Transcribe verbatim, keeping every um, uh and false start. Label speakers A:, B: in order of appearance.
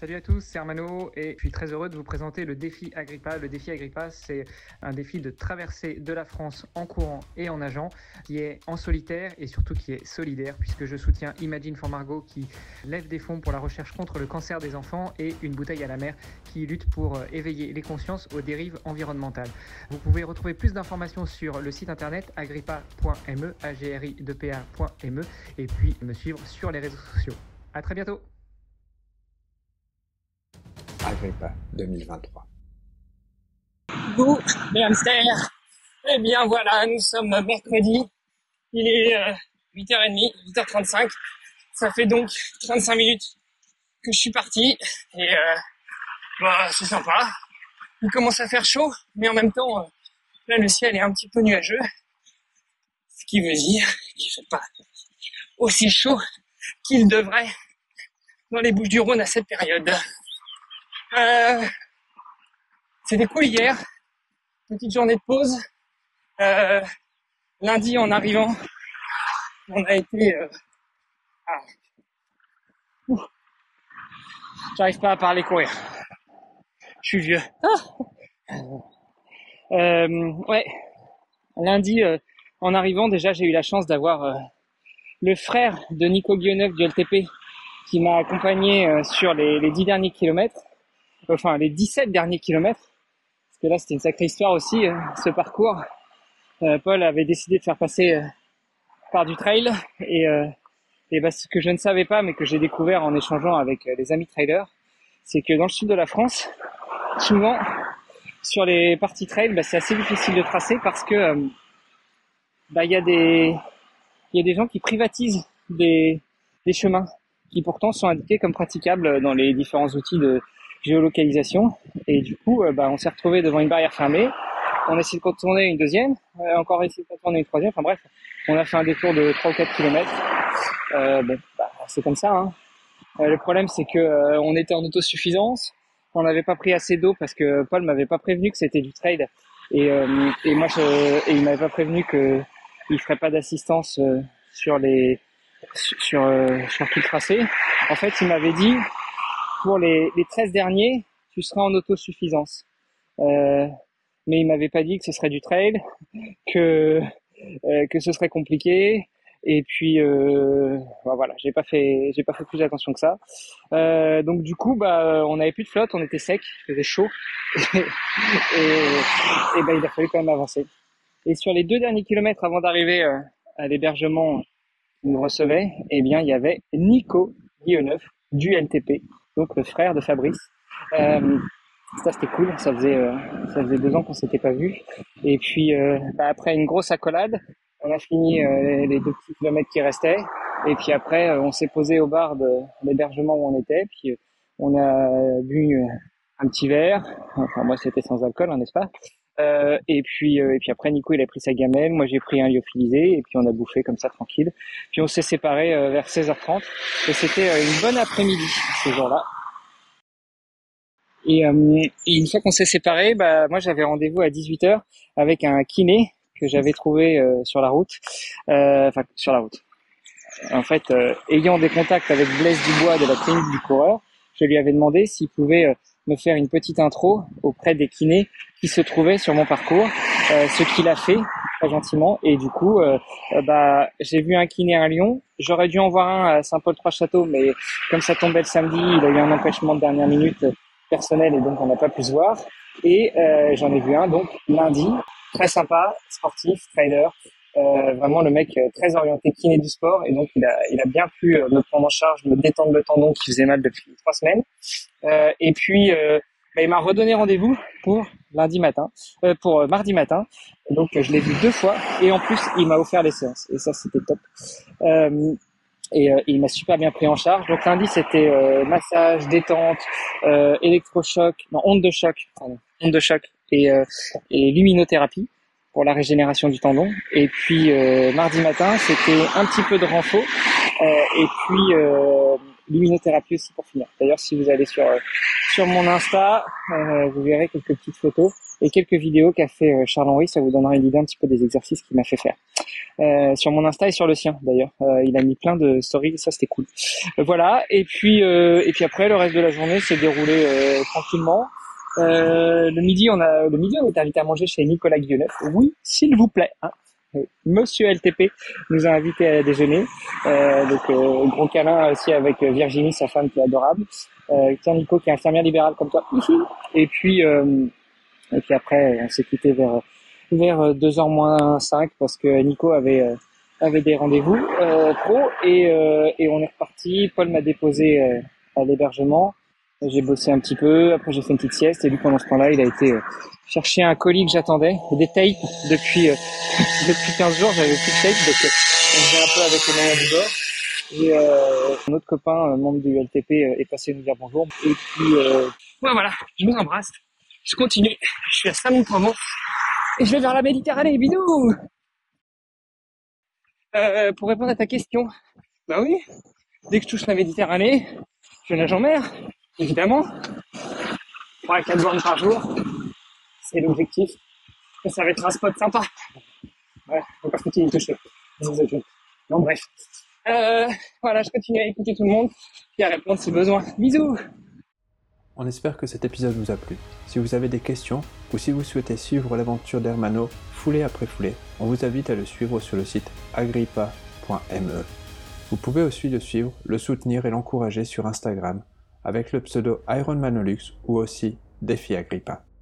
A: Salut à tous, c'est Armano et je suis très heureux de vous présenter le défi Agrippa. Le défi Agrippa, c'est un défi de traversée de la France en courant et en nageant, qui est en solitaire et surtout qui est solidaire, puisque je soutiens Imagine for Margot qui lève des fonds pour la recherche contre le cancer des enfants et Une bouteille à la mer qui lutte pour éveiller les consciences aux dérives environnementales. Vous pouvez retrouver plus d'informations sur le site internet agrippa point me, a g r i p p a point m e, et puis me suivre sur les réseaux sociaux. À très bientôt.
B: Agrippa deux mille vingt-trois.
C: Coucou les hamsters. Eh bien voilà, nous sommes mercredi. Il est euh, huit heures trente, huit heures trente-cinq. Ça fait donc trente-cinq minutes que je suis parti. Et euh, bah c'est sympa. Il commence à faire chaud, mais en même temps, euh, là le ciel est un petit peu nuageux. Ce qui veut dire qu'il ne fait pas aussi chaud qu'il devrait dans les Bouches-du-Rhône à cette période. Euh, c'était cool hier, petite journée de pause. Euh, lundi en arrivant, on a été... Euh, ah, Ouh, j'arrive pas à parler courir. Je suis vieux. Ah euh, ouais, lundi euh, en arrivant déjà j'ai eu la chance d'avoir euh, le frère de Nico Guilleneuf du L T P qui m'a accompagné euh, sur les, les dix derniers kilomètres. Enfin les dix-sept derniers kilomètres, parce que là c'était une sacrée histoire aussi, euh, ce parcours. Euh, Paul avait décidé de faire passer euh, par du trail, et, euh, et bah, ce que je ne savais pas, mais que j'ai découvert en échangeant avec euh, les amis trailers, c'est que dans le sud de la France, souvent sur les parties trail, bah, c'est assez difficile de tracer parce que euh, bah, il y a des il y a des gens qui privatisent des, des chemins qui pourtant sont indiqués comme praticables dans les différents outils de géolocalisation, et du coup euh, bah, on s'est retrouvé devant une barrière fermée, on a essayé de contourner une deuxième, euh, encore essayé de contourner une troisième, enfin bref, on a fait un détour de trois ou quatre kilomètres. Euh, bon, bah, c'est comme ça, hein. Euh, le problème c'est que euh, on était en autosuffisance, on n'avait pas pris assez d'eau parce que Paul m'avait pas prévenu que c'était du trail, et, euh, et moi je, et il m'avait pas prévenu que il ferait pas d'assistance euh, sur les sur euh, sur tout le tracé. En fait, il m'avait dit pour les, les treize derniers, tu seras en autosuffisance. Euh, mais il m'avait pas dit que ce serait du trail, que euh, que ce serait compliqué. Et puis euh, bah voilà, j'ai pas fait j'ai pas fait plus attention que ça. Euh, donc du coup, bah on avait plus de flotte, on était sec, il faisait chaud, et, et bah il a fallu quand même avancer. Et sur les deux derniers kilomètres avant d'arriver euh, à l'hébergement qui nous recevait, eh bien il y avait Nico Guilleneuf du L T P, donc le frère de Fabrice. Euh, ça c'était cool, ça faisait euh, ça faisait deux ans qu'on s'était pas vus. Et puis euh, bah, après une grosse accolade, on a fini euh, les deux petits kilomètres qui restaient. Et puis après euh, on s'est posé au bar de l'hébergement où on était. Puis euh, on a bu euh, un petit verre. Enfin moi c'était sans alcool, hein, n'est-ce pas? Euh, et puis euh, et puis après Nico il a pris sa gamelle, moi j'ai pris un lyophilisé et puis on a bouffé comme ça tranquille. Puis on s'est séparés euh, vers seize heures trente et c'était euh, une bonne après-midi ce jour-là. Et, euh, et une fois qu'on s'est séparés, bah moi j'avais rendez-vous à dix-huit heures avec un kiné que j'avais trouvé euh, sur la route, euh, enfin sur la route. En fait, euh, ayant des contacts avec Blaise Dubois de la clinique du coureur, je lui avais demandé s'il pouvait euh, me faire une petite intro auprès des kinés qui se trouvaient sur mon parcours, euh, ce qu'il a fait très gentiment. Et du coup, euh, euh, bah j'ai vu un kiné à Lyon. J'aurais dû en voir un à Saint-Paul-Trois-Châteaux, mais comme ça tombait le samedi, il a eu un empêchement de dernière minute personnel et donc on n'a pas pu se voir. Et euh, j'en ai vu un donc lundi, très sympa, sportif, trailer. Euh, vraiment le mec euh, très orienté kiné du sport, et donc il a il a bien pu euh, me prendre en charge, me détendre le tendon qui faisait mal depuis trois semaines. Euh, et puis euh, bah, il m'a redonné rendez-vous pour lundi matin, euh, pour euh, mardi matin. Donc euh, je l'ai vu deux fois et en plus il m'a offert les séances et ça c'était top. Euh, et, euh, et il m'a super bien pris en charge. Donc lundi c'était euh, massage, détente, euh, électrochoc, non onde de choc, pardon, onde de choc et euh, et luminothérapie pour la régénération du tendon. Et puis euh, mardi matin, c'était un petit peu de renfo. Euh, et puis euh, luminothérapie aussi pour finir. D'ailleurs, si vous allez sur, sur mon Insta, euh, vous verrez quelques petites photos et quelques vidéos qu'a fait Charles-Henri, ça vous donnera une idée un petit peu des exercices qu'il m'a fait faire. Euh, sur mon Insta et sur le sien d'ailleurs, euh, il a mis plein de stories, ça c'était cool. Euh, voilà, et puis euh, et puis après le reste de la journée s'est déroulé euh, tranquillement. Euh, le midi, on a le midi on est invité à manger chez Nicolas Guilleneuf. Oui, s'il vous plaît. Hein. Monsieur L T P nous a invités à déjeuner. Euh, donc euh, gros câlin aussi avec Virginie, sa femme qui est adorable. Euh, tiens Nico qui est infirmière libérale comme toi. Et puis euh, et puis après on s'est quitté vers vers deux heures moins cinq parce que Nico avait euh, avait des rendez-vous euh, pro et euh, et on est reparti. Paul m'a déposé euh, à l'hébergement. J'ai bossé un petit peu, après j'ai fait une petite sieste et lui pendant ce temps-là, il a été euh, chercher un colis que j'attendais, des tapes depuis euh, depuis quinze jours, j'avais plus de tapes donc euh, on faisait un peu avec les moyens du bord. Et euh, un autre copain, euh, membre du L T P, euh, est passé nous dire bonjour. Et puis euh... ouais voilà, je vous embrasse. Je continue, je suis à Salon-de-Provence et je vais vers la Méditerranée, bisous. Euh, pour répondre à ta question, bah oui, dès que je touche la Méditerranée, je nage en mer, évidemment. trois à quatre bornes par jour, c'est l'objectif. Et ça va être un spot sympa. Ouais, faut pas faut-il y toucher. Non, bref. Euh, voilà, je continue à écouter tout le monde et à répondre si besoin. Bisous!
D: On espère que cet épisode vous a plu. Si vous avez des questions ou si vous souhaitez suivre l'aventure d'Hermano foulée après foulée, on vous invite à le suivre sur le site agrippa point me. Vous pouvez aussi le suivre, le soutenir et l'encourager sur Instagram avec le pseudo Ironmanolux ou aussi Défi Agrippa.